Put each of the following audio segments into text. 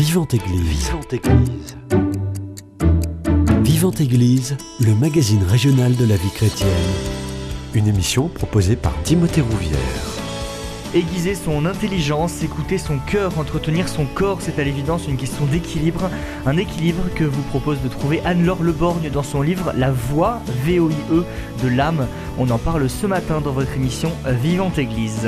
Vivante Église. Vivante Église. Vivante Église, le magazine régional de la vie chrétienne. Une émission proposée par Timothée Rouvière. Aiguiser son intelligence, écouter son cœur, entretenir son corps, c'est à l'évidence une question d'équilibre. Un équilibre que vous propose de trouver Anne-Laure Le Borgne dans son livre La Voix, V-O-I-E, de l'âme. On en parle ce matin dans votre émission Vivante Église.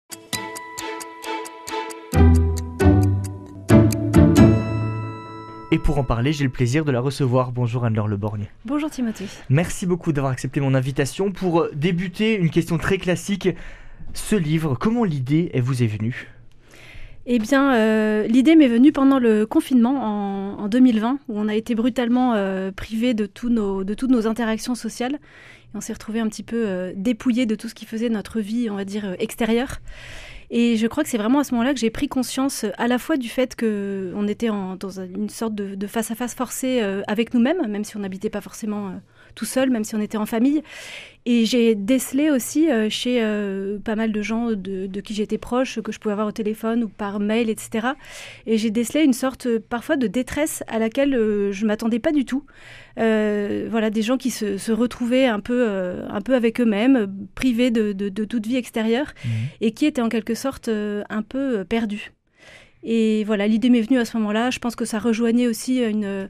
Et pour en parler, j'ai le plaisir de la recevoir. Bonjour Anne-Laure Le Borgne. Bonjour Timothée. Merci beaucoup d'avoir accepté mon invitation. Pour débuter, une question très classique. Ce livre, comment l'idée vous est venue ? Eh bien, l'idée m'est venue pendant le confinement en 2020, où on a été brutalement privés de toutes nos interactions sociales. Et on s'est retrouvés un petit peu dépouillés de tout ce qui faisait notre vie, on va dire, extérieure. Et je crois que c'est vraiment à ce moment-là que j'ai pris conscience à la fois du fait qu'on était dans une sorte de face-à-face forcé avec nous-mêmes, même si on n'habitait pas forcément tout seul, même si on était en famille. Et j'ai décelé aussi chez pas mal de gens de qui j'étais proche, que je pouvais avoir au téléphone ou par mail, etc. Et j'ai décelé une sorte parfois de détresse à laquelle je ne m'attendais pas du tout. Voilà, des gens qui se retrouvaient un peu avec eux-mêmes, privés de toute vie extérieure, et qui étaient en quelque sorte un peu perdus. Et voilà, l'idée m'est venue à ce moment-là. Je pense que ça rejoignait aussi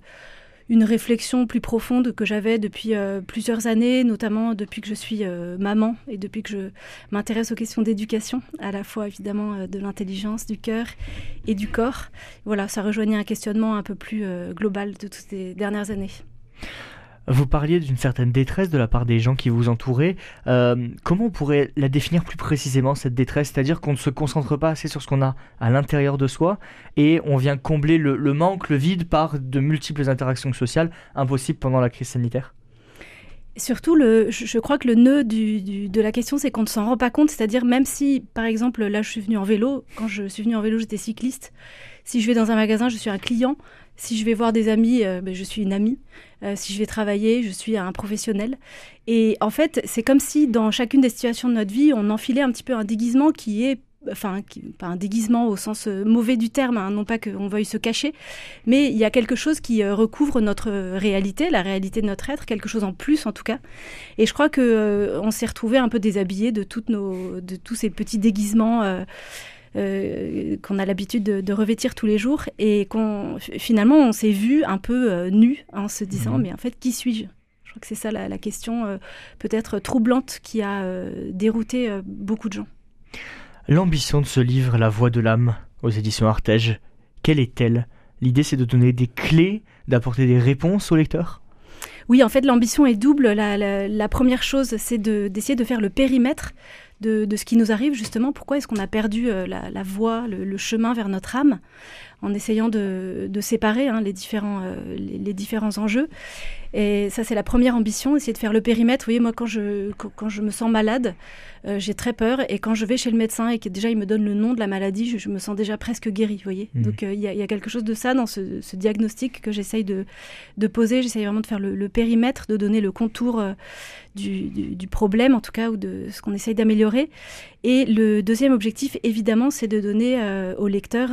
une réflexion plus profonde que j'avais depuis plusieurs années, notamment depuis que je suis maman et depuis que je m'intéresse aux questions d'éducation, à la fois évidemment de l'intelligence, du cœur et du corps. Voilà, ça rejoignait un questionnement un peu plus global de toutes ces dernières années. Vous parliez d'une certaine détresse de la part des gens qui vous entouraient. Comment on pourrait la définir plus précisément, cette détresse ? C'est-à-dire qu'on ne se concentre pas assez sur ce qu'on a à l'intérieur de soi et on vient combler le manque, le vide par de multiples interactions sociales impossibles pendant la crise sanitaire ? Surtout, je crois que le nœud de la question, c'est qu'on ne s'en rend pas compte. C'est-à-dire, même si, par exemple, là, je suis venue en vélo. Quand je suis venue en vélo, j'étais cycliste. Si je vais dans un magasin, je suis un client. Si je vais voir des amis, je suis une amie. Si je vais travailler, je suis un professionnel. Et en fait, c'est comme si, dans chacune des situations de notre vie, on enfilait un petit peu un déguisement qui est... pas un déguisement au sens mauvais du terme, hein, non pas qu'on veuille se cacher, mais il y a quelque chose qui recouvre notre réalité, la réalité de notre être, quelque chose en plus en tout cas. Et je crois qu'on s'est retrouvés un peu déshabillés de tous ces petits déguisements qu'on a l'habitude de revêtir tous les jours, et finalement on s'est vu un peu nus en se disant mais en fait qui suis-je ? Je crois que c'est ça la question peut-être troublante qui a dérouté beaucoup de gens. L'ambition de ce livre, La Voix de l'âme, aux éditions Artege, quelle est-elle ? L'idée, c'est de donner des clés, d'apporter des réponses au lecteur ? Oui, en fait, l'ambition est double. La première chose, c'est d'essayer de faire le périmètre de ce qui nous arrive, justement. Pourquoi est-ce qu'on a perdu la voie, le chemin vers notre âme, en essayant de séparer les différents enjeux. Et ça, c'est la première ambition, essayer de faire le périmètre. Vous voyez, moi, quand je me sens malade, j'ai très peur. Et quand je vais chez le médecin et que déjà, il me donne le nom de la maladie, je me sens déjà presque guérie, vous voyez. Donc, il y a quelque chose de ça dans ce diagnostic que j'essaye de poser. J'essaye vraiment de faire le périmètre, de donner le contour du problème, en tout cas, ou de ce qu'on essaye d'améliorer. Et le deuxième objectif, évidemment, c'est de donner au lecteur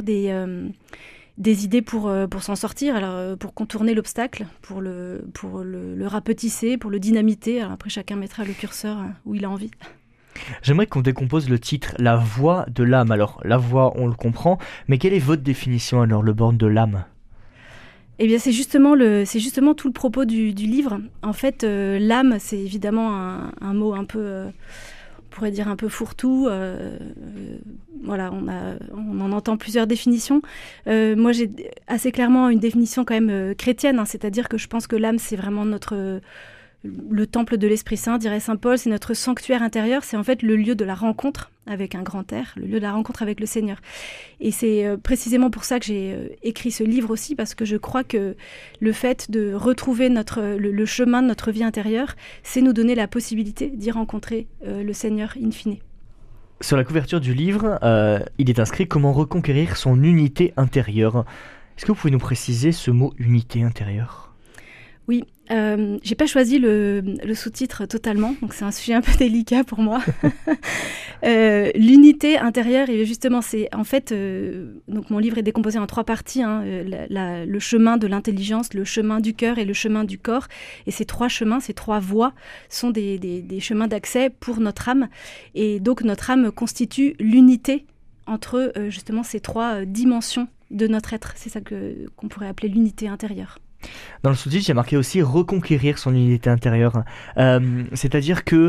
des idées pour s'en sortir, alors pour contourner l'obstacle, pour le rapetisser, pour le dynamiter. Alors après, chacun mettra le curseur où il a envie. J'aimerais qu'on décompose le titre « La voix de l'âme ». Alors, la voix, on le comprend, mais quelle est votre définition, alors, Le Borgne, de l'âme ? Eh bien, c'est justement tout le propos du livre. En fait, l'âme, c'est évidemment un mot un peu... on pourrait dire un peu fourre-tout. Voilà, on en entend plusieurs définitions. Moi, j'ai assez clairement une définition quand même chrétienne, c'est-à-dire que je pense que l'âme, c'est vraiment le temple de l'Esprit Saint, dirait saint Paul, c'est notre sanctuaire intérieur, c'est en fait le lieu de la rencontre avec un grand R, le lieu de la rencontre avec le Seigneur. Et c'est précisément pour ça que j'ai écrit ce livre aussi, parce que je crois que le fait de retrouver le chemin de notre vie intérieure, c'est nous donner la possibilité d'y rencontrer le Seigneur in fine. Sur la couverture du livre, il est inscrit « Comment reconquérir son unité intérieure ». Est-ce que vous pouvez nous préciser ce mot « unité intérieure » ? Oui, j'ai pas choisi le sous-titre totalement, donc c'est un sujet un peu délicat pour moi. L'unité intérieure, et justement, c'est en fait, donc mon livre est décomposé en 3 parties, hein, le chemin de l'intelligence, le chemin du cœur et le chemin du corps. Et ces 3 chemins, ces 3 voies sont des chemins d'accès pour notre âme. Et donc notre âme constitue l'unité entre justement ces 3 dimensions de notre être. C'est ça qu'on pourrait appeler l'unité intérieure. Dans le sous-titre, j'ai marqué aussi reconquérir son unité intérieure. C'est-à-dire que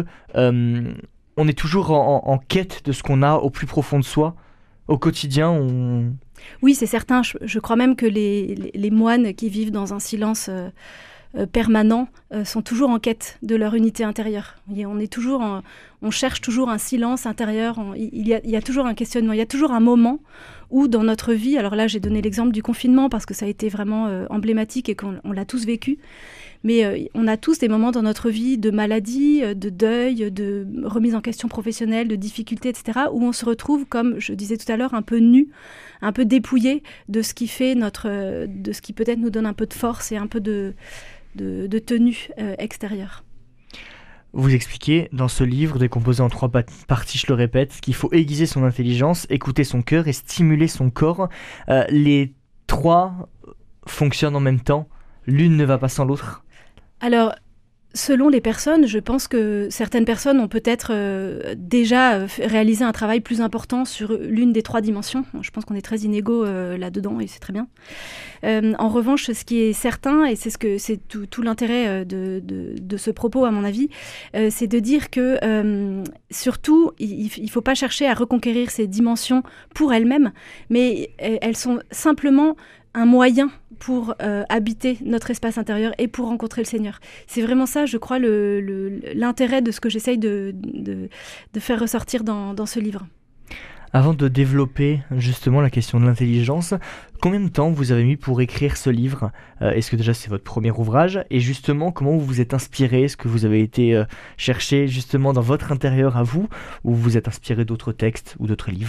on est toujours en quête de ce qu'on a au plus profond de soi. Au quotidien, Oui, c'est certain. Je crois même que les moines qui vivent dans un silence permanent sont toujours en quête de leur unité intérieure. Et on cherche toujours un silence intérieur. Il y a toujours un questionnement. Il y a toujours un moment où dans notre vie, alors là j'ai donné l'exemple du confinement parce que ça a été vraiment emblématique et qu'on l'a tous vécu, mais on a tous des moments dans notre vie de maladie, de deuil, de remise en question professionnelle, de difficultés, etc., où on se retrouve, comme je disais tout à l'heure, un peu nu, un peu dépouillé de ce qui fait de ce qui peut-être nous donne un peu de force et un peu de tenue extérieure. Vous expliquez dans ce livre, décomposé en 3 parties, je le répète, qu'il faut aiguiser son intelligence, écouter son cœur et stimuler son corps. Les 3 fonctionnent en même temps, l'une ne va pas sans l'autre. Alors, selon les personnes, je pense que certaines personnes ont peut-être déjà réalisé un travail plus important sur l'une des 3 dimensions. Je pense qu'on est très inégaux là-dedans et c'est très bien. En revanche, ce qui est certain, et c'est tout l'intérêt de ce propos à mon avis, c'est de dire que surtout, il ne faut pas chercher à reconquérir ces dimensions pour elles-mêmes, mais elles sont simplement un moyen pour habiter notre espace intérieur et pour rencontrer le Seigneur. C'est vraiment ça, je crois, l'intérêt de ce que j'essaye de faire ressortir dans ce livre. Avant de développer justement la question de l'intelligence, combien de temps vous avez mis pour écrire ce livre ? Est-ce que déjà c'est votre premier ouvrage ? Et justement, comment vous vous êtes inspiré ? Est-ce que vous avez été chercher justement dans votre intérieur à vous, ou vous vous êtes inspiré d'autres textes ou d'autres livres ?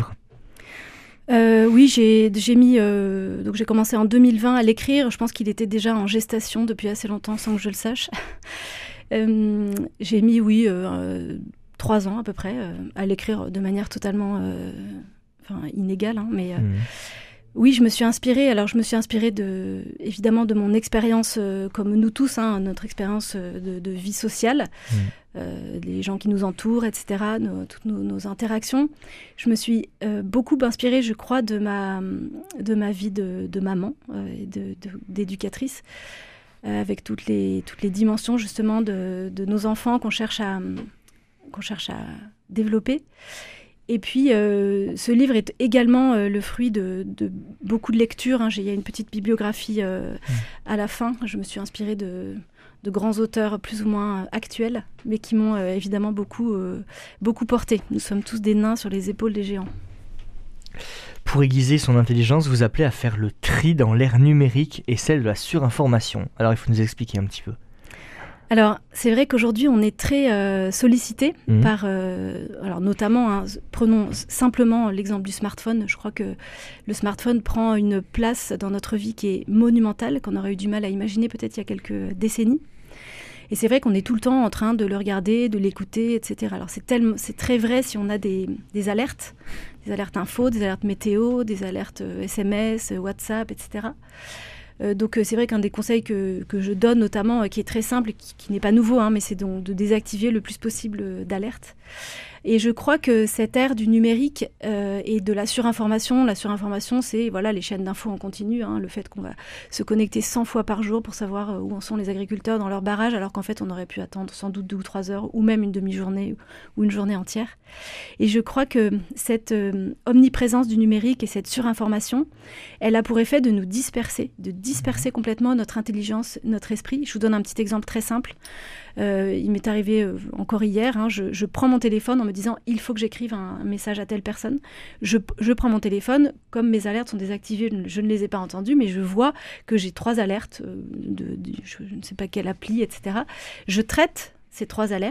Oui, j'ai commencé en 2020 à l'écrire. Je pense qu'il était déjà en gestation depuis assez longtemps sans que je le sache. J'ai mis 3 ans à peu près à l'écrire de manière totalement inégale, hein, mais oui, je me suis inspirée. Alors, je me suis inspirée évidemment de mon expérience, comme nous tous, hein, notre expérience de vie sociale, les gens qui nous entourent, etc., toutes nos interactions. Je me suis beaucoup inspirée, je crois, de ma vie de maman et d'éducatrice, avec toutes les dimensions, justement, de nos enfants qu'on cherche à développer. Et puis, ce livre est également le fruit de beaucoup de lectures, hein. Il y a une petite bibliographie à la fin. Je me suis inspirée de grands auteurs plus ou moins actuels, mais qui m'ont évidemment beaucoup porté. Nous sommes tous des nains sur les épaules des géants. Pour aiguiser son intelligence, vous appelez à faire le tri dans l'ère numérique et celle de la surinformation. Alors, il faut nous expliquer un petit peu. Alors, c'est vrai qu'aujourd'hui, on est très sollicité par... alors, notamment, hein, prenons simplement l'exemple du smartphone. Je crois que le smartphone prend une place dans notre vie qui est monumentale, qu'on aurait eu du mal à imaginer peut-être il y a quelques décennies. Et c'est vrai qu'on est tout le temps en train de le regarder, de l'écouter, etc. Alors, c'est très vrai si on a des alertes info, des alertes météo, des alertes SMS, WhatsApp, etc. Donc c'est vrai qu'un des conseils que je donne notamment, qui est très simple, qui n'est pas nouveau, hein, mais c'est donc de désactiver le plus possible d'alertes. Et je crois que cette ère du numérique et de la surinformation, c'est les chaînes d'infos en continu, hein, le fait qu'on va se connecter 100 fois par jour pour savoir où en sont les agriculteurs dans leur barrage, alors qu'en fait on aurait pu attendre sans doute 2 ou 3 heures, ou même une demi-journée ou une journée entière. Et je crois que cette omniprésence du numérique et cette surinformation, elle a pour effet de nous disperser complètement notre intelligence, notre esprit. Je vous donne un petit exemple très simple. Il m'est arrivé encore hier, hein, je prends mon téléphone en me disant il faut que j'écrive un message à telle personne. Je prends mon téléphone, comme mes alertes sont désactivées, je ne les ai pas entendues, mais je vois que j'ai 3 alertes je ne sais pas quelle appli, etc. Je traite ces 3 alertes,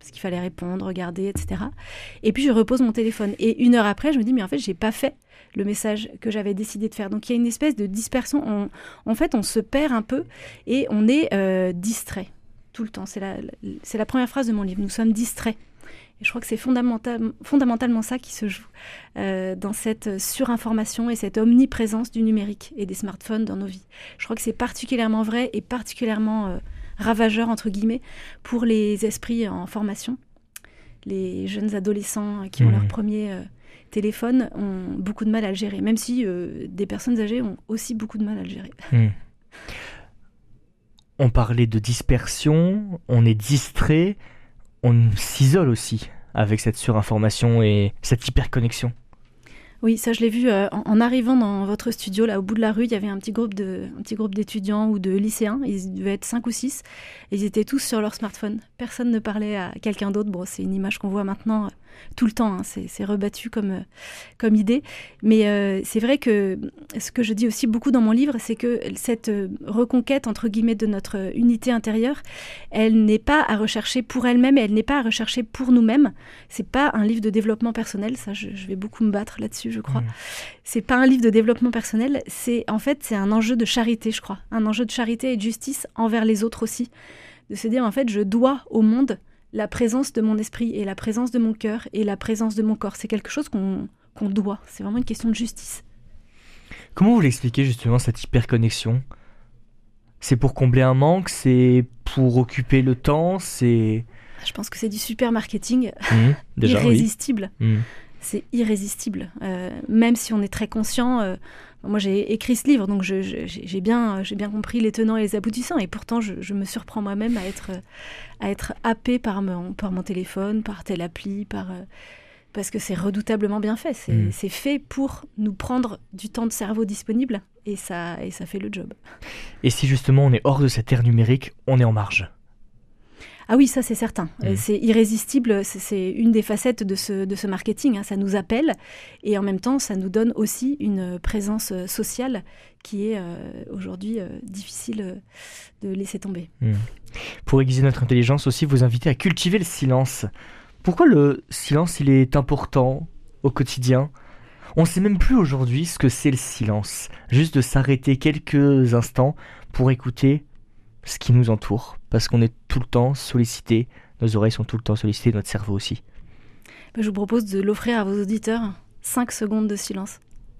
parce qu'il fallait répondre, regarder, etc. Et puis je repose mon téléphone. Et 1 heure après, je me dis, mais en fait, j'ai pas fait le message que j'avais décidé de faire. Donc il y a une espèce de dispersion. En fait, on se perd un peu et on est distrait tout le temps. C'est la première phrase de mon livre. Nous sommes distraits. Et je crois que c'est fondamentalement ça qui se joue dans cette surinformation et cette omniprésence du numérique et des smartphones dans nos vies. Je crois que c'est particulièrement vrai et particulièrement ravageur, entre guillemets, pour les esprits en formation. Les jeunes adolescents qui ont leur premier téléphone ont beaucoup de mal à le gérer, même si des personnes âgées ont aussi beaucoup de mal à le gérer. On parlait de dispersion, on est distrait, on s'isole aussi avec cette surinformation et cette hyperconnexion. Oui, ça je l'ai vu en arrivant dans votre studio, là au bout de la rue, il y avait un petit groupe d'étudiants ou de lycéens, ils devaient être 5 ou 6, et ils étaient tous sur leur smartphone. Personne ne parlait à quelqu'un d'autre. Bon, c'est une image qu'on voit maintenant tout le temps, hein. C'est rebattu comme idée. Mais c'est vrai que ce que je dis aussi beaucoup dans mon livre, c'est que cette reconquête, entre guillemets, de notre unité intérieure, elle n'est pas à rechercher pour elle-même et elle n'est pas à rechercher pour nous-mêmes. C'est pas un livre de développement personnel, ça je vais beaucoup me battre là-dessus, je crois. C'est pas un livre de développement personnel, c'est un enjeu de charité, je crois. Un enjeu de charité et de justice envers les autres aussi. De se dire, en fait, je dois au monde la présence de mon esprit et la présence de mon cœur et la présence de mon corps. C'est quelque chose qu'on doit. C'est vraiment une question de justice. Comment vous l'expliquez justement cette hyperconnexion ? C'est pour combler un manque ? C'est pour occuper le temps ? Je pense que c'est du super marketing déjà, irrésistible. Oui. C'est irrésistible. Même si on est très conscient... moi, j'ai écrit ce livre, donc j'ai bien compris les tenants et les aboutissants. Et pourtant, je me surprends moi-même à être happée par mon téléphone, par telle appli, parce que c'est redoutablement bien fait. C'est fait pour nous prendre du temps de cerveau disponible, et ça fait le job. Et si justement on est hors de cette ère numérique, on est en marge ? Ah oui, ça c'est certain. C'est irrésistible, c'est une des facettes de ce marketing. Hein. Ça nous appelle et en même temps, ça nous donne aussi une présence sociale qui est aujourd'hui difficile de laisser tomber. Pour aiguiser notre intelligence aussi, vous invitez à cultiver le silence. Pourquoi le silence, il est important au quotidien ? On ne sait même plus aujourd'hui ce que c'est le silence. Juste de s'arrêter quelques instants pour écouter ce qui nous entoure, parce qu'on est tout le temps sollicité, nos oreilles sont tout le temps sollicitées, notre cerveau aussi. Je vous propose de l'offrir à vos auditeurs, 5 secondes de silence.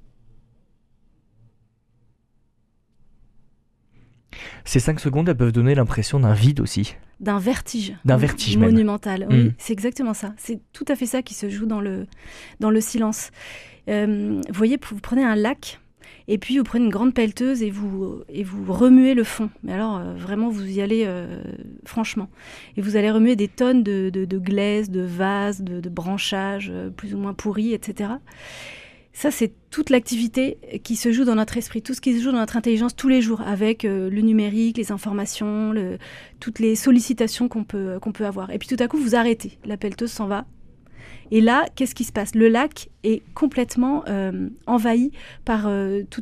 Ces 5 secondes, elles peuvent donner l'impression d'un vide aussi. D'un vertige. D'un vertige monumental. Même. Oui, c'est exactement ça. C'est tout à fait ça qui se joue dans le silence. Vous voyez, vous prenez un lac, et puis vous prenez une grande pelleteuse et vous remuez le fond. Mais alors, vraiment, vous y allez franchement. Et vous allez remuer des tonnes de glaise, de vases, de branchages plus ou moins pourris, etc. Ça, c'est toute l'activité qui se joue dans notre esprit, tout ce qui se joue dans notre intelligence tous les jours, avec le numérique, les informations, toutes les sollicitations qu'on peut avoir. Et puis tout à coup, vous arrêtez. La pelleteuse s'en va. Et là, qu'est-ce qui se passe ? Le lac est complètement envahi par tous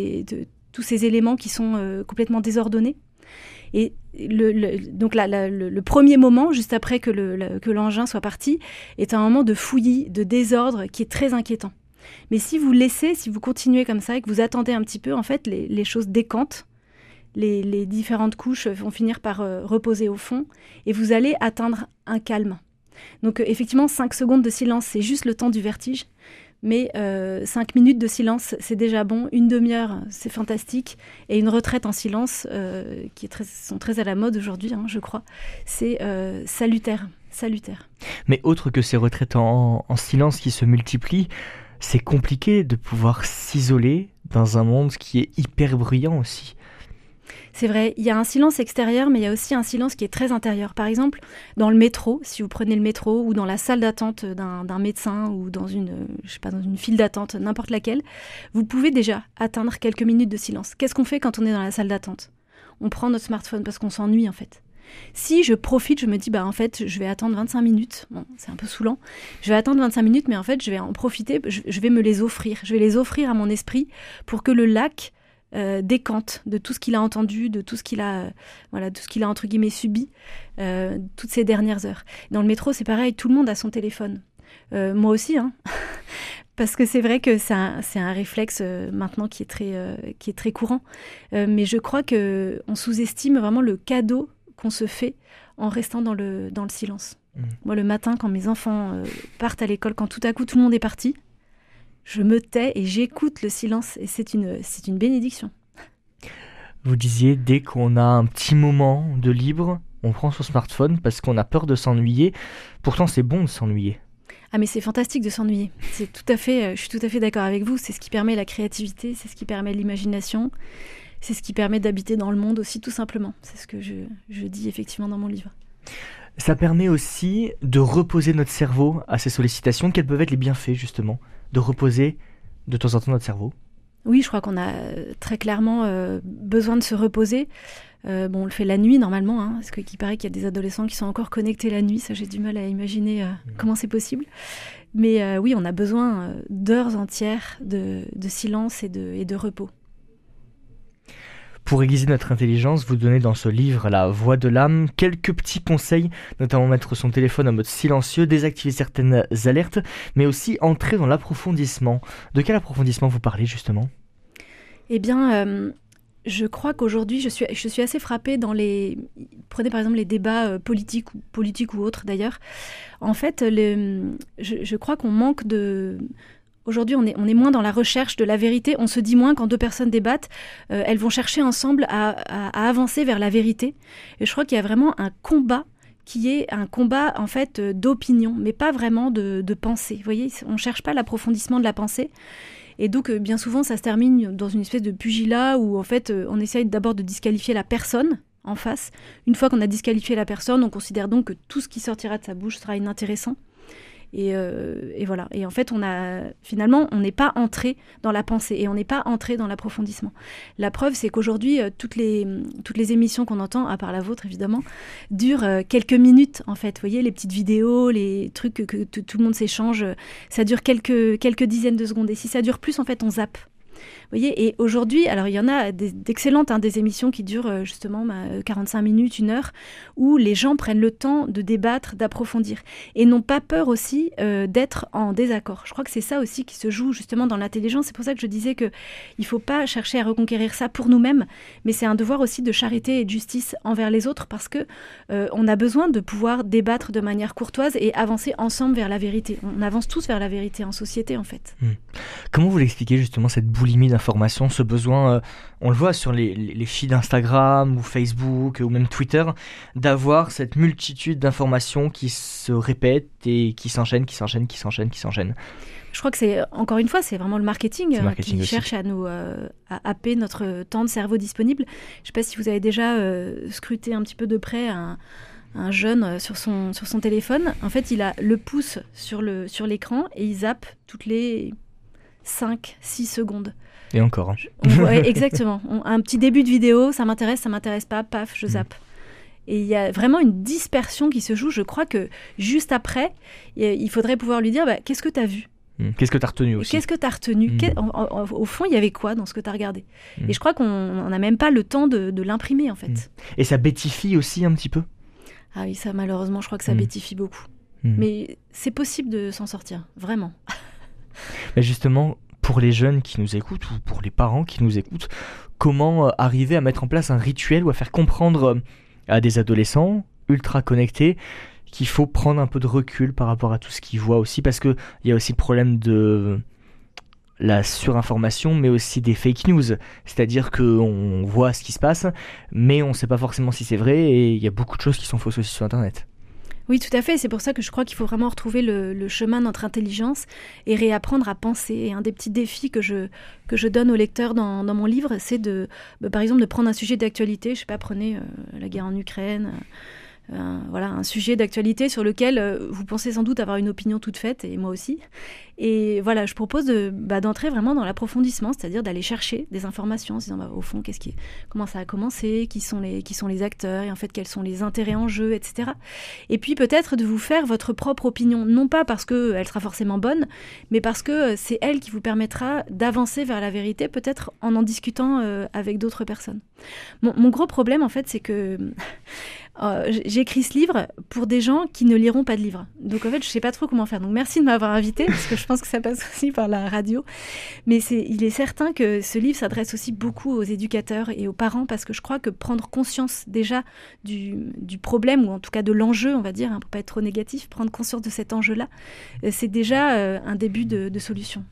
ces éléments qui sont complètement désordonnés. Et donc le premier moment, juste après que l'engin soit parti, est un moment de fouillis, de désordre qui est très inquiétant. Mais si vous continuez comme ça et que vous attendez un petit peu, en fait, les choses décantent. Les différentes couches vont finir par reposer au fond et vous allez atteindre un calme. Donc effectivement, 5 secondes de silence, c'est juste le temps du vertige. Mais 5 minutes de silence, c'est déjà bon. 1 demi-heure, c'est fantastique. Et une retraite en silence, qui sont très à la mode aujourd'hui, je crois, c'est salutaire. Mais autre que ces retraites en silence qui se multiplient, c'est compliqué de pouvoir s'isoler dans un monde qui est hyper bruyant aussi. C'est vrai, il y a un silence extérieur, mais il y a aussi un silence qui est très intérieur. Par exemple, dans le métro, si vous prenez le métro, ou dans la salle d'attente d'un médecin, ou dans une file d'attente, n'importe laquelle, vous pouvez déjà atteindre quelques minutes de silence. Qu'est-ce qu'on fait quand on est dans la salle d'attente ? On prend notre smartphone parce qu'on s'ennuie en fait. Si je profite, je me dis, en fait, je vais attendre 25 minutes. Bon, c'est un peu saoulant. Je vais attendre 25 minutes, mais en fait, je vais en profiter. Je vais me les offrir. Je vais les offrir à mon esprit pour que le lac décante de tout ce qu'il a entendu, de tout ce qu'il a, de tout ce qu'il a entre guillemets subi toutes ces dernières heures. Dans le métro, c'est pareil, tout le monde a son téléphone. Moi aussi, hein. Parce que c'est vrai que c'est un réflexe maintenant qui est très courant. Mais je crois qu'on sous-estime vraiment le cadeau qu'on se fait en restant dans le silence. Moi, le matin, quand mes enfants partent à l'école, quand tout à coup tout le monde est parti, je me tais et j'écoute le silence. Et c'est une bénédiction. Vous disiez, dès qu'on a un petit moment de libre, on prend son smartphone parce qu'on a peur de s'ennuyer. Pourtant, c'est bon de s'ennuyer. Ah mais c'est fantastique de s'ennuyer. Je suis tout à fait d'accord avec vous. C'est ce qui permet la créativité, c'est ce qui permet l'imagination, c'est ce qui permet d'habiter dans le monde aussi tout simplement. C'est ce que je dis effectivement dans mon livre. Ça permet aussi de reposer notre cerveau à ces sollicitations. Quels peuvent être les bienfaits justement de reposer de temps en temps notre cerveau ? Oui, je crois qu'on a très clairement besoin de se reposer. On le fait la nuit normalement, hein, parce qu'il paraît qu'il y a des adolescents qui sont encore connectés la nuit. Ça, j'ai du mal à imaginer comment c'est possible. Mais oui, on a besoin d'heures entières de silence et de repos. Pour aiguiser notre intelligence, vous donnez dans ce livre La Voix de l'âme quelques petits conseils, notamment mettre son téléphone en mode silencieux, désactiver certaines alertes, mais aussi entrer dans l'approfondissement. De quel approfondissement vous parlez justement ? Eh bien, je crois qu'aujourd'hui, je suis assez frappée dans prenez par exemple les débats politiques ou autres d'ailleurs. En fait, je crois qu'on manque de... Aujourd'hui, on est moins dans la recherche de la vérité. On se dit moins quand deux personnes débattent, elles vont chercher ensemble à avancer vers la vérité. Et je crois qu'il y a vraiment un combat qui est un combat en fait d'opinion, mais pas vraiment de pensée. Vous voyez, on ne cherche pas l'approfondissement de la pensée. Et donc, bien souvent, ça se termine dans une espèce de pugilat où en fait, on essaye d'abord de disqualifier la personne en face. Une fois qu'on a disqualifié la personne, on considère donc que tout ce qui sortira de sa bouche sera inintéressant. Et voilà. Et en fait, finalement, on n'est pas entré dans la pensée et on n'est pas entré dans l'approfondissement. La preuve, c'est qu'aujourd'hui, toutes les émissions qu'on entend, à part la vôtre évidemment, durent quelques minutes en fait. Vous voyez, les petites vidéos, les trucs que tout le monde s'échange, ça dure quelques dizaines de secondes. Et si ça dure plus, en fait, on zappe. Vous voyez, et aujourd'hui, alors il y en a d'excellentes, des émissions qui durent justement 45 minutes, 1 heure, où les gens prennent le temps de débattre, d'approfondir, et n'ont pas peur aussi d'être en désaccord. Je crois que c'est ça aussi qui se joue justement dans l'intelligence. C'est pour ça que je disais qu'il ne faut pas chercher à reconquérir ça pour nous-mêmes, mais c'est un devoir aussi de charité et de justice envers les autres, parce que on a besoin de pouvoir débattre de manière courtoise et avancer ensemble vers la vérité. On avance tous vers la vérité en société, en fait. Comment vous l'expliquez justement cette boulimie d'informations, ce besoin, on le voit sur les feeds Instagram ou Facebook ou même Twitter, d'avoir cette multitude d'informations qui se répètent et qui s'enchaînent. Je crois que encore une fois, c'est vraiment le marketing qui aussi cherche à nous à happer notre temps de cerveau disponible. Je ne sais pas si vous avez déjà scruté un petit peu de près un jeune sur son téléphone. En fait, il a le pouce sur l'écran et il zappe toutes les 5-6 secondes. Et encore. Ouais, exactement. Un petit début de vidéo, ça m'intéresse pas, paf, je zappe. Et il y a vraiment une dispersion qui se joue. Je crois que juste après, il faudrait pouvoir lui dire qu'est-ce que tu as vu ? Qu'est-ce que tu as retenu aussi ? Qu'est-ce que tu as retenu ? Au fond, il y avait quoi dans ce que tu as regardé ? Et je crois qu'on n'a même pas le temps de l'imprimer, en fait. Et ça bêtifie aussi un petit peu ? Ah oui, ça, malheureusement, je crois que ça bêtifie beaucoup. Mais c'est possible de s'en sortir, vraiment. Mais justement, pour les jeunes qui nous écoutent ou pour les parents qui nous écoutent, comment arriver à mettre en place un rituel ou à faire comprendre à des adolescents ultra connectés qu'il faut prendre un peu de recul par rapport à tout ce qu'ils voient aussi, parce qu'il y a aussi le problème de la surinformation, mais aussi des fake news, c'est-à-dire qu'on voit ce qui se passe, mais on ne sait pas forcément si c'est vrai, et il y a beaucoup de choses qui sont fausses aussi sur Internet. Oui, tout à fait. C'est pour ça que je crois qu'il faut vraiment retrouver le chemin de notre intelligence et réapprendre à penser. Et un des petits défis que je donne aux lecteurs dans mon livre, c'est par exemple de prendre un sujet d'actualité. Je ne sais pas, prenez la guerre en Ukraine, un sujet d'actualité sur lequel vous pensez sans doute avoir une opinion toute faite, et moi aussi. Et voilà, je propose d'entrer vraiment dans l'approfondissement, c'est-à-dire d'aller chercher des informations en se disant au fond, comment ça a commencé, qui sont les acteurs, et en fait quels sont les intérêts en jeu, etc. Et puis peut-être de vous faire votre propre opinion, non pas parce qu'elle sera forcément bonne, mais parce que c'est elle qui vous permettra d'avancer vers la vérité, peut-être en discutant avec d'autres personnes. Mon gros problème, en fait, c'est que j'ai écrit ce livre pour des gens qui ne liront pas de livres. Donc en fait, je ne sais pas trop comment faire. Donc merci de m'avoir invité, parce que je pense que ça passe aussi par la radio. Mais il est certain que ce livre s'adresse aussi beaucoup aux éducateurs et aux parents, parce que je crois que prendre conscience déjà du problème, ou en tout cas de l'enjeu, on va dire, pour ne pas être trop négatif, prendre conscience de cet enjeu-là, c'est déjà un début de solution.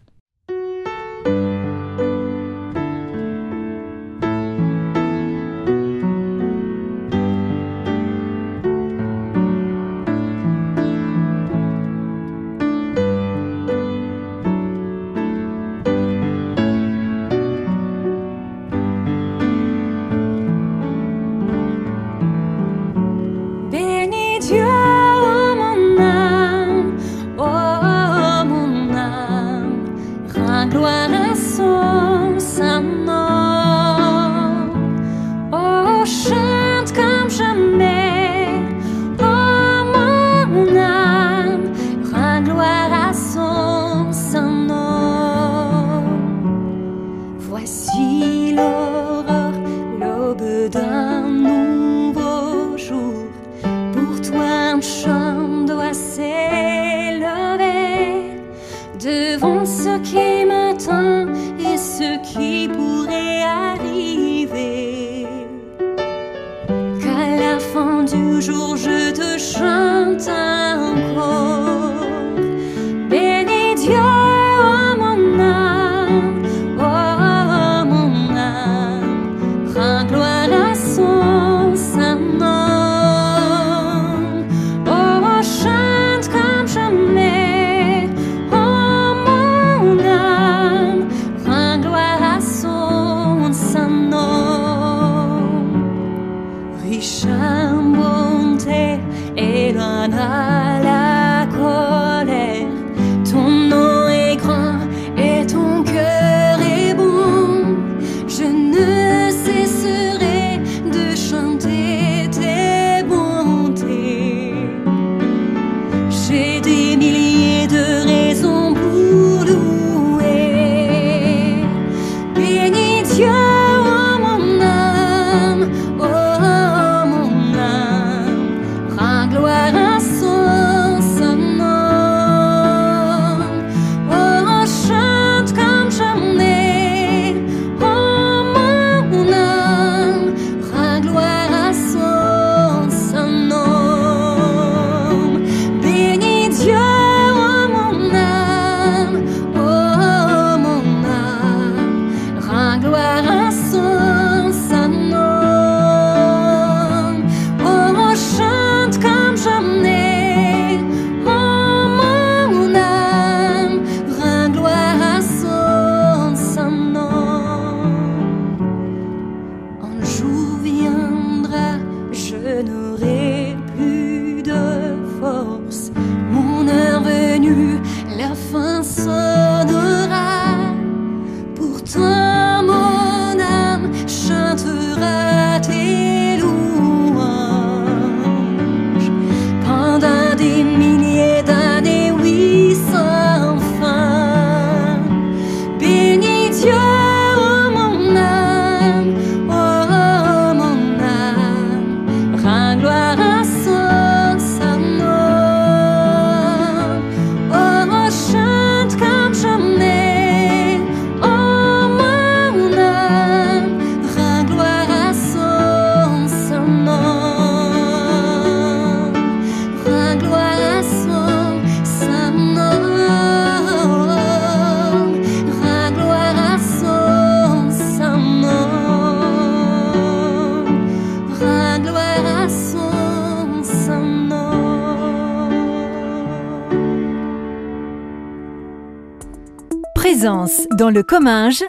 Présence dans le Comminges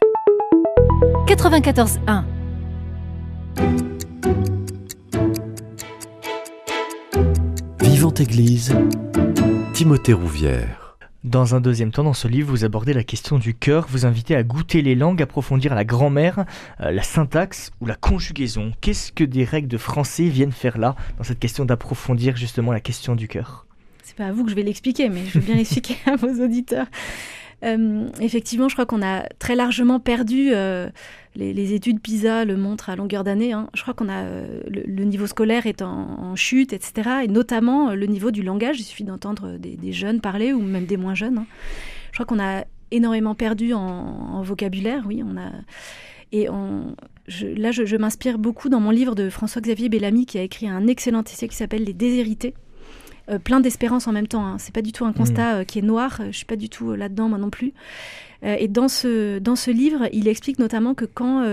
94.1. Vivante Église, Timothée Rouvière. Dans un deuxième temps, dans ce livre, vous abordez la question du cœur, vous invitez à goûter les langues, approfondir la grammaire, la syntaxe ou la conjugaison. Qu'est-ce que des règles de français viennent faire là, dans cette question d'approfondir justement la question du cœur ? C'est pas à vous que je vais l'expliquer, mais je veux bien l'expliquer à vos auditeurs. Effectivement, je crois qu'on a très largement perdu, les études PISA le montrent à longueur d'année, hein. Je crois qu'on a le niveau scolaire est en chute, etc. Et notamment le niveau du langage, il suffit d'entendre des jeunes parler, ou même des moins jeunes, hein. Je crois qu'on a énormément perdu en vocabulaire, oui. Je m'inspire beaucoup dans mon livre de François-Xavier Bellamy, qui a écrit un excellent essai qui s'appelle « Les déshérités ». Plein d'espérance en même temps, hein. C'est pas du tout un constat qui est noir, je suis pas du tout là-dedans moi non plus. Et dans ce livre, il explique notamment que quand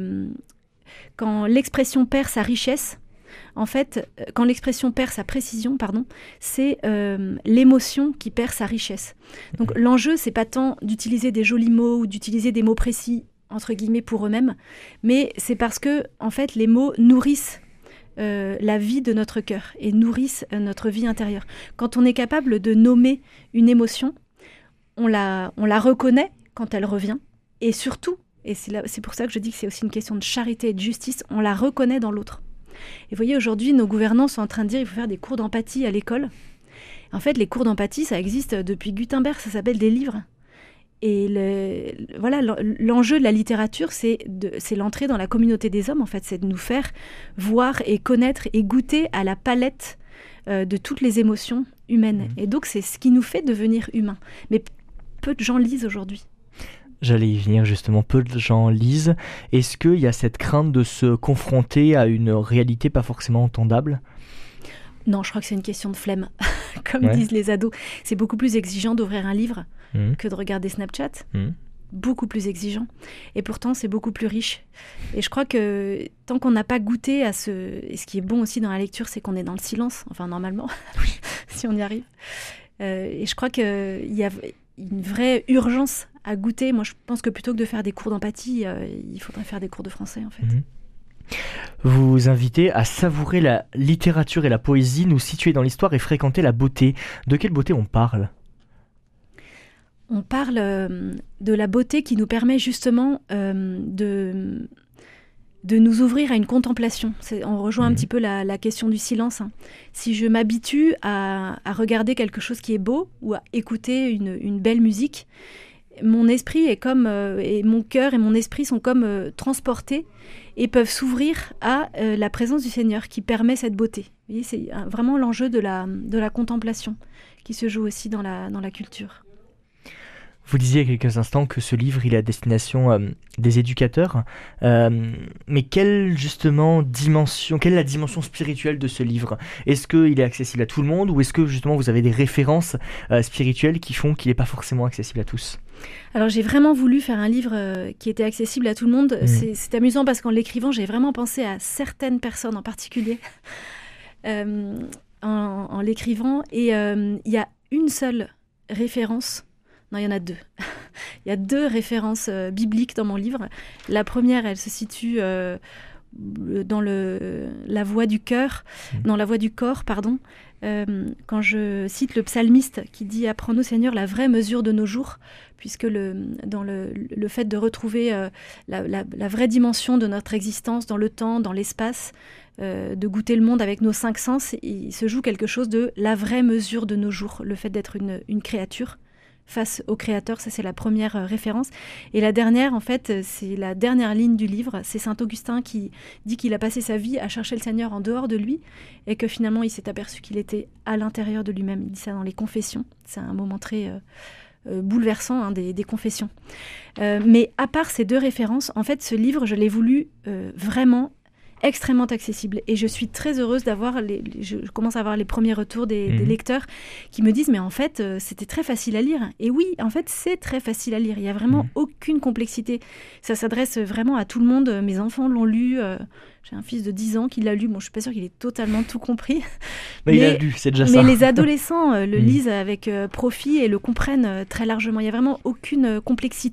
l'expression perd sa richesse, en fait, quand l'expression perd sa précision, c'est l'émotion qui perd sa richesse. Donc l'enjeu, c'est pas tant d'utiliser des jolis mots ou d'utiliser des mots précis entre guillemets pour eux-mêmes, mais c'est parce que en fait les mots nourrissent la vie de notre cœur et nourrissent notre vie intérieure. Quand on est capable de nommer une émotion, on la reconnaît quand elle revient, et surtout, et c'est pour ça que je dis que c'est aussi une question de charité et de justice, on la reconnaît dans l'autre. Et vous voyez, aujourd'hui, nos gouvernants sont en train de dire qu'il faut faire des cours d'empathie à l'école. En fait, les cours d'empathie, ça existe depuis Gutenberg, ça s'appelle des livres. Et l'enjeu de la littérature, c'est l'entrée dans la communauté des hommes, en fait, c'est de nous faire voir et connaître et goûter à la palette de toutes les émotions humaines. Et donc, c'est ce qui nous fait devenir humains. Mais peu de gens lisent aujourd'hui. J'allais y venir justement, peu de gens lisent. Est-ce qu'il y a cette crainte de se confronter à une réalité pas forcément entendable ? Non, je crois que c'est une question de flemme, comme disent les ados. C'est beaucoup plus exigeant d'ouvrir un livre que de regarder Snapchat. Beaucoup plus exigeant. Et pourtant, c'est beaucoup plus riche. Et je crois que tant qu'on n'a pas goûté à et ce qui est bon aussi dans la lecture, c'est qu'on est dans le silence. Enfin, normalement, si on y arrive. Et je crois qu'il y a une vraie urgence à goûter. Moi, je pense que plutôt que de faire des cours d'empathie, il faudrait faire des cours de français, en fait. Vous vous invitez à savourer la littérature et la poésie, nous situer dans l'histoire et fréquenter la beauté. De quelle beauté on parle ? On parle de la beauté qui nous permet justement de nous ouvrir à une contemplation. On rejoint un petit peu la question du silence, hein. Si je m'habitue à regarder quelque chose qui est beau ou à écouter une belle musique, mon esprit est comme et mon cœur et mon esprit sont comme transportés et peuvent s'ouvrir à la présence du Seigneur qui permet cette beauté. Vous voyez, c'est vraiment l'enjeu de la contemplation qui se joue aussi dans la culture. Vous disiez il y a quelques instants que ce livre il est à destination des éducateurs, mais quelle est la dimension spirituelle de ce livre ? Est-ce qu'il est accessible à tout le monde ou est-ce que justement vous avez des références spirituelles qui font qu'il n'est pas forcément accessible à tous ? Alors j'ai vraiment voulu faire un livre qui était accessible à tout le monde. C'est amusant parce qu'en l'écrivant j'ai vraiment pensé à certaines personnes en particulier en l'écrivant, et il y a une seule référence. Non, il y en a deux. Il y a deux références bibliques dans mon livre. La première, elle se situe dans la voie du cœur, dans la voie du corps, pardon. Quand je cite le psalmiste qui dit « Apprends-nous, Seigneur, la vraie mesure de nos jours », puisque dans le fait de retrouver la vraie dimension de notre existence dans le temps, dans l'espace, de goûter le monde avec nos 5 sens, il se joue quelque chose de la vraie mesure de nos jours, le fait d'être une créature face au Créateur, ça c'est la première référence. Et la dernière, en fait, c'est la dernière ligne du livre. C'est saint Augustin qui dit qu'il a passé sa vie à chercher le Seigneur en dehors de lui et que finalement il s'est aperçu qu'il était à l'intérieur de lui-même. Il dit ça dans les Confessions. C'est un moment très bouleversant, hein, des Confessions. Mais à part ces deux références, en fait, ce livre, je l'ai voulu vraiment extrêmement accessible, et je suis très heureuse je commence à avoir les premiers retours des lecteurs qui me disent mais en fait c'était très facile à lire, et oui en fait c'est très facile à lire, il n'y a vraiment aucune complexité, ça s'adresse vraiment à tout le monde. Mes enfants l'ont lu, j'ai un fils de 10 ans qui l'a lu, bon je suis pas sûre qu'il ait totalement tout compris mais il a lu, c'est déjà ça. Mais les adolescents le lisent avec profit et le comprennent très largement, il n'y a vraiment aucune complexité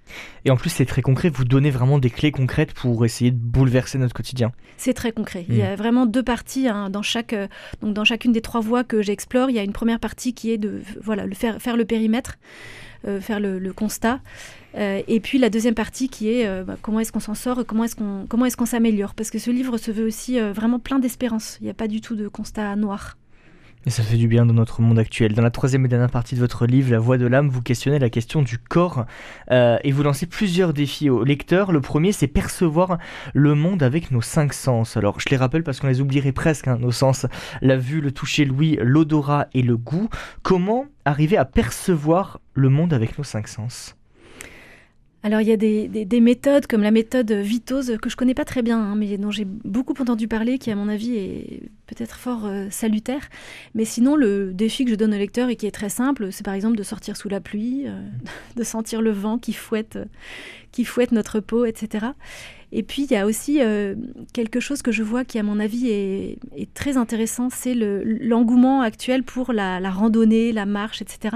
Et en plus, c'est très concret, vous donnez vraiment des clés concrètes pour essayer de bouleverser notre quotidien. C'est très concret. Il y a vraiment 2 parties dans chacune des 3 voies que j'explore. Il y a une première partie qui est de faire le périmètre, faire le constat. Et puis la deuxième partie qui est comment est-ce qu'on s'en sort, comment est-ce qu'on s'améliore. Parce que ce livre se veut aussi vraiment plein d'espérance. Il n'y a pas du tout de constat noir. Et ça fait du bien dans notre monde actuel. Dans la 3e et dernière partie de votre livre, La Voix de l'âme, vous questionnez la question du corps et vous lancez plusieurs défis aux lecteurs. Le premier, c'est percevoir le monde avec nos 5 sens. Alors, je les rappelle parce qu'on les oublierait presque, nos sens. La vue, le toucher, l'ouïe, l'odorat et le goût. Comment arriver à percevoir le monde avec nos 5 sens ? Alors, il y a des méthodes comme la méthode Vitose que je connais pas très bien, mais dont j'ai beaucoup entendu parler, qui à mon avis est peut-être fort salutaire. Mais sinon, le défi que je donne au lecteur et qui est très simple, c'est par exemple de sortir sous la pluie, de sentir le vent qui fouette notre peau, etc. Et puis, il y a aussi quelque chose que je vois qui, à mon avis, est très intéressant, c'est l'engouement actuel pour la randonnée, la marche, etc.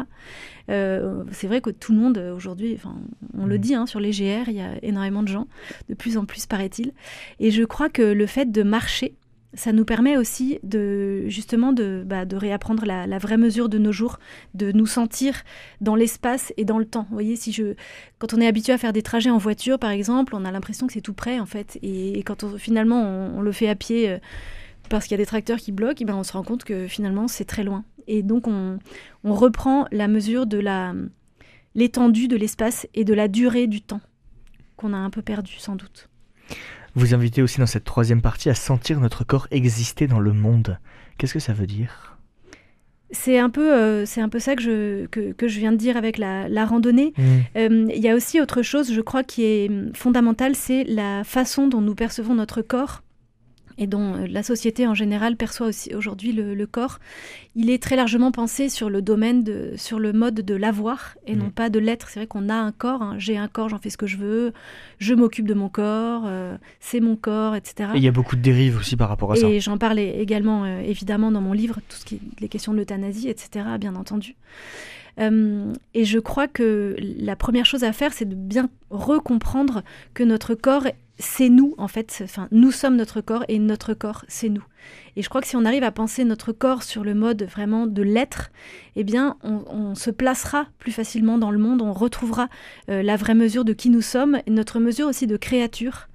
C'est vrai que tout le monde, aujourd'hui, on le dit, sur les GR, il y a énormément de gens, de plus en plus, paraît-il. Et je crois que le fait de marcher, ça nous permet aussi de réapprendre la vraie mesure de nos jours, de nous sentir dans l'espace et dans le temps. Vous voyez, quand on est habitué à faire des trajets en voiture, par exemple, on a l'impression que c'est tout près, en fait. Et quand finalement on le fait à pied parce qu'il y a des tracteurs qui bloquent, on se rend compte que finalement c'est très loin. Et donc on reprend la mesure de l'étendue de l'espace et de la durée du temps qu'on a un peu perdu, sans doute. Vous invitez aussi dans cette 3e partie à sentir notre corps exister dans le monde. Qu'est-ce que ça veut dire ? C'est un peu ça que je viens de dire avec la randonnée. Il y a aussi autre chose, je crois, qui est fondamentale, c'est la façon dont nous percevons notre corps et dont la société en général perçoit aussi aujourd'hui le corps. Il est très largement pensé sur le mode de l'avoir et non pas de l'être. C'est vrai qu'on a un corps, j'ai un corps, j'en fais ce que je veux, je m'occupe de mon corps, c'est mon corps, etc. Et il y a beaucoup de dérives aussi par rapport à ça. Et j'en parle également, évidemment, dans mon livre, tout ce qui est les questions de l'euthanasie, etc., bien entendu. Et je crois que la première chose à faire, c'est de bien recomprendre que notre corps, c'est nous, en fait. Nous sommes notre corps et notre corps, c'est nous. Et je crois que si on arrive à penser notre corps sur le mode vraiment de l'être, on se placera plus facilement dans le monde, on retrouvera la vraie mesure de qui nous sommes, et notre mesure aussi de créature,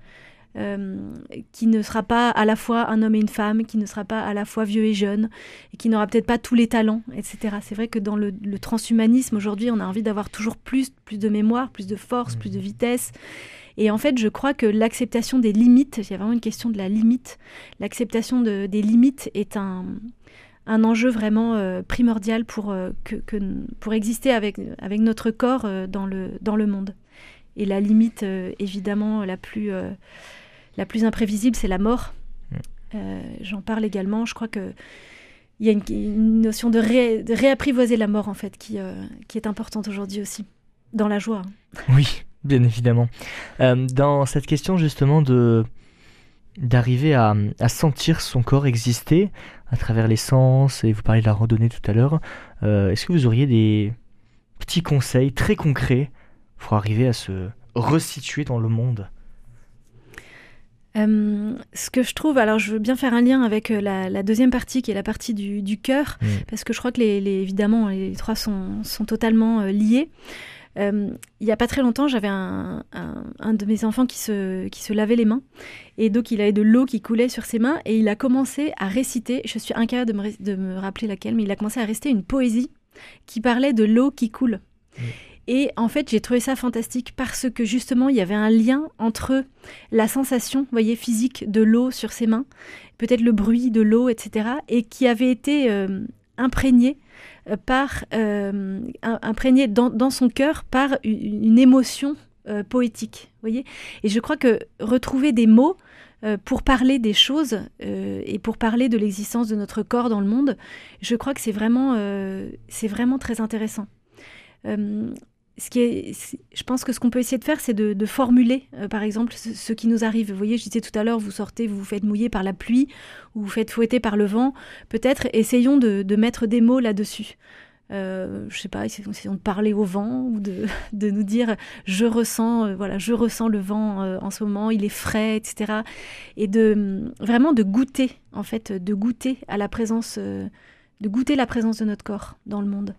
qui ne sera pas à la fois un homme et une femme, qui ne sera pas à la fois vieux et jeune, et qui n'aura peut-être pas tous les talents, etc. C'est vrai que dans le transhumanisme, aujourd'hui, on a envie d'avoir toujours plus de mémoire, plus de force, plus de vitesse. Et en fait, je crois que l'acceptation des limites, il y a vraiment une question de la limite, l'acceptation des limites est un enjeu vraiment primordial pour exister avec notre corps dans le monde. Et la limite, évidemment, la plus imprévisible, c'est la mort. J'en parle également. Je crois qu'il y a une notion de réapprivoiser la mort, en fait, qui est importante aujourd'hui aussi, dans la joie. Oui, bien évidemment. Dans cette question, justement, d'arriver à sentir son corps exister à travers les sens, et vous parlez de la randonnée tout à l'heure, est-ce que vous auriez des petits conseils très concrets pour arriver à se resituer dans le monde ? Ce que je trouve, alors je veux bien faire un lien avec la deuxième partie qui est la partie du cœur, parce que je crois que évidemment les 3 sont totalement liés. Il n'y a pas très longtemps, j'avais un de mes enfants qui se lavait les mains, et donc il avait de l'eau qui coulait sur ses mains, et il a commencé à réciter, je suis incapable de me rappeler laquelle, mais il a commencé à réciter une poésie qui parlait de l'eau qui coule. Et en fait, j'ai trouvé ça fantastique parce que justement, il y avait un lien entre la sensation, vous voyez, physique de l'eau sur ses mains, peut-être le bruit de l'eau, etc., et qui avait été imprégné dans son cœur par une émotion poétique, vous voyez. Et je crois que retrouver des mots pour parler des choses et pour parler de l'existence de notre corps dans le monde, je crois que c'est vraiment très intéressant. Je pense que ce qu'on peut essayer de faire, c'est de formuler, par exemple, ce qui nous arrive. Vous voyez, je disais tout à l'heure, vous sortez, vous vous faites mouiller par la pluie, ou vous faites fouetter par le vent. Peut-être essayons de mettre des mots là-dessus. je sais pas, essayons de parler au vent ou de nous dire je ressens le vent en ce moment, il est frais, etc. Et vraiment de goûter, en fait, de goûter à la présence, de goûter la présence de notre corps dans le monde.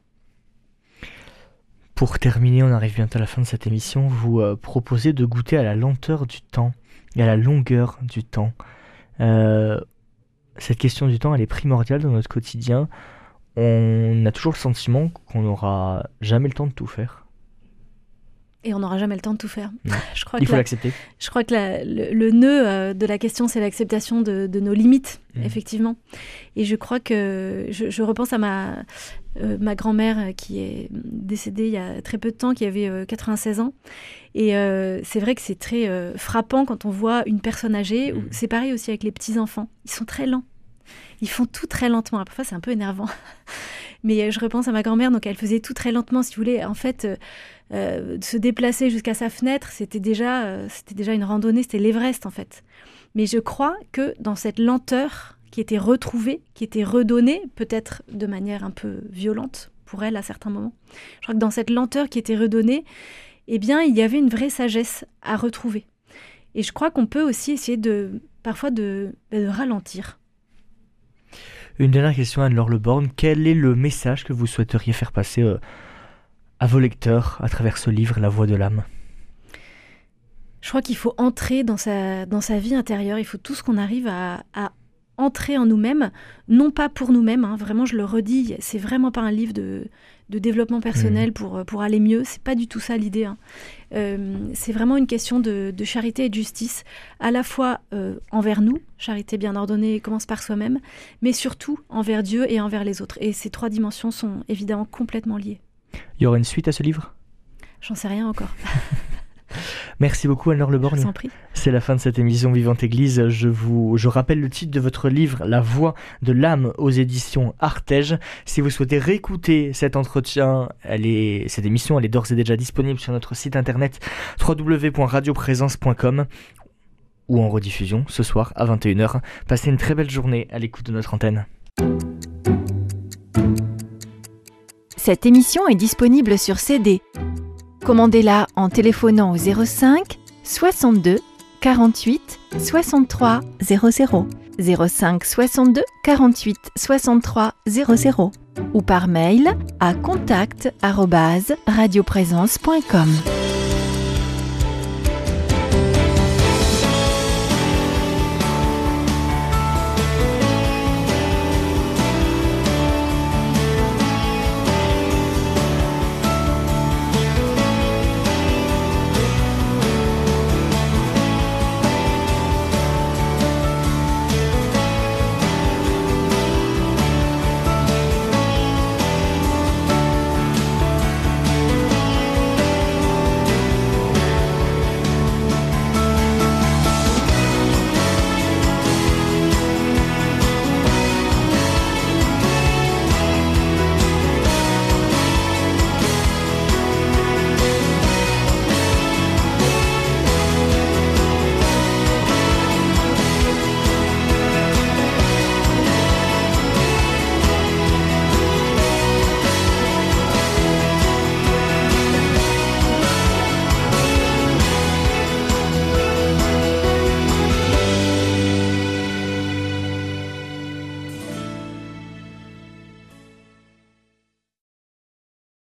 Pour terminer, on arrive bientôt à la fin de cette émission, vous proposez de goûter à la lenteur du temps et à la longueur du temps. Cette question du temps, elle est primordiale dans notre quotidien. On a toujours le sentiment qu'on n'aura jamais le temps de tout faire. Et on n'aura jamais le temps de tout faire. Il faut l'accepter. Je crois que le nœud de la question, c'est l'acceptation de nos limites, effectivement. Et je crois que je repense à ma grand-mère qui est décédée il y a très peu de temps, qui avait 96 ans. Et c'est vrai que c'est très frappant quand on voit une personne âgée. C'est pareil aussi avec les petits-enfants. Ils sont très lents. Ils font tout très lentement. Parfois, c'est un peu énervant. Mais je repense à ma grand-mère, donc elle faisait tout très lentement, si vous voulez. En fait, se déplacer jusqu'à sa fenêtre, c'était déjà une randonnée, c'était l'Everest, en fait. Mais je crois que dans cette lenteur qui était retrouvée, qui était redonnée, peut-être de manière un peu violente pour elle à certains moments, je crois que dans cette lenteur qui était redonnée, eh bien, il y avait une vraie sagesse à retrouver. Et je crois qu'on peut aussi essayer parfois de ralentir. Une dernière question, Anne-Laure Le Borgne. Quel est le message que vous souhaiteriez faire passer à vos lecteurs à travers ce livre, La Voix de l'âme ? Je crois qu'il faut entrer dans sa vie intérieure. Il faut tout ce qu'on arrive à entrer en nous-mêmes, non pas pour nous-mêmes. Vraiment, je le redis, c'est vraiment pas un livre de développement personnel pour aller mieux. C'est pas du tout ça l'idée. C'est vraiment une question de charité et de justice, à la fois envers nous, charité bien ordonnée commence par soi-même, mais surtout envers Dieu et envers les autres. Et ces trois dimensions sont évidemment complètement liées. Il y aura une suite à ce livre ? J'en sais rien encore. Merci beaucoup Anne-Laure Le Borgne. Je vous en prie. C'est la fin de cette émission Vivante Église. Je rappelle le titre de votre livre, La Voix de l'âme, aux éditions Artege. Si vous souhaitez réécouter cet entretien, cette émission, elle est d'ores et déjà disponible sur notre site internet www.radioprésence.com ou en rediffusion ce soir à 21h. Passez une très belle journée à l'écoute de notre antenne. Cette émission est disponible sur CD. Commandez-la en téléphonant au 05 62 48 63 00, 05 62 48 63 00 ou par mail à contact@radioprésence.com.